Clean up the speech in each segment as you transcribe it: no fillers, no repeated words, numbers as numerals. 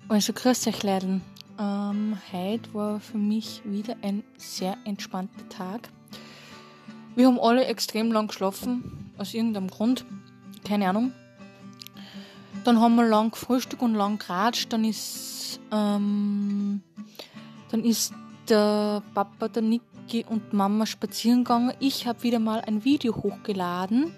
Also grüß euch Leiden. Heute war für mich wieder ein sehr entspannter Tag. Wir haben alle extrem lang geschlafen, aus irgendeinem Grund, keine Ahnung. Dann haben wir lang gefrühstückt und lang geratscht. Dann ist der Papa, der Niki und Mama spazieren gegangen. Ich habe wieder mal ein Video hochgeladen.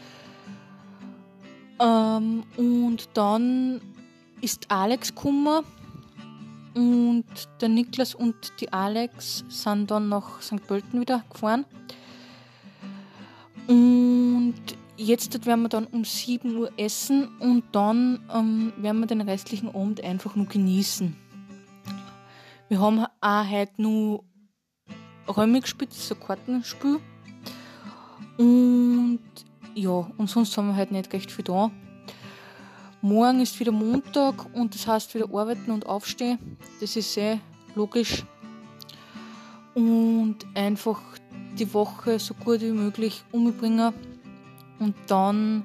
Und dann ist Alex gekommen und der Niklas und die Alex sind dann nach St. Pölten wieder gefahren. Und jetzt werden wir dann um 7 Uhr essen und dann werden wir den restlichen Abend einfach nur genießen. Wir haben auch heute nur Räume gespielt, so ein Kartenspiel. Und ja, und sonst haben wir halt nicht recht viel da. Morgen ist wieder Montag und das heißt wieder arbeiten und aufstehen. Das ist sehr logisch. Und einfach die Woche so gut wie möglich umbringen. Und dann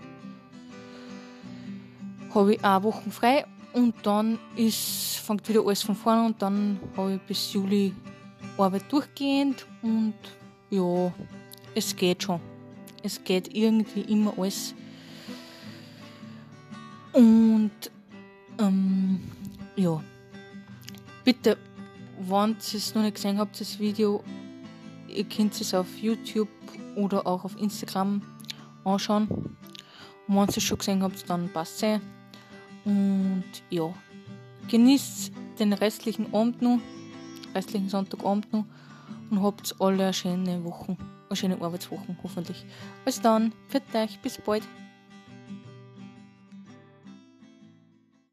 habe ich auch Wochen frei. Und dann fängt wieder alles von vorne und dann habe ich bis Juli Arbeit durchgehend. Und ja, es geht schon. Es geht irgendwie immer alles. Und ja, bitte, wenn ihr es noch nicht gesehen habt, das Video, ihr könnt es auf YouTube oder auch auf Instagram anschauen. Und wenn ihr es schon gesehen habt, dann passt es. Und ja, genießt den restlichen Abend noch, restlichen Sonntagabend noch und habt alle eine schöne Woche, eine schöne Arbeitswoche hoffentlich. Also dann, für euch, bis bald.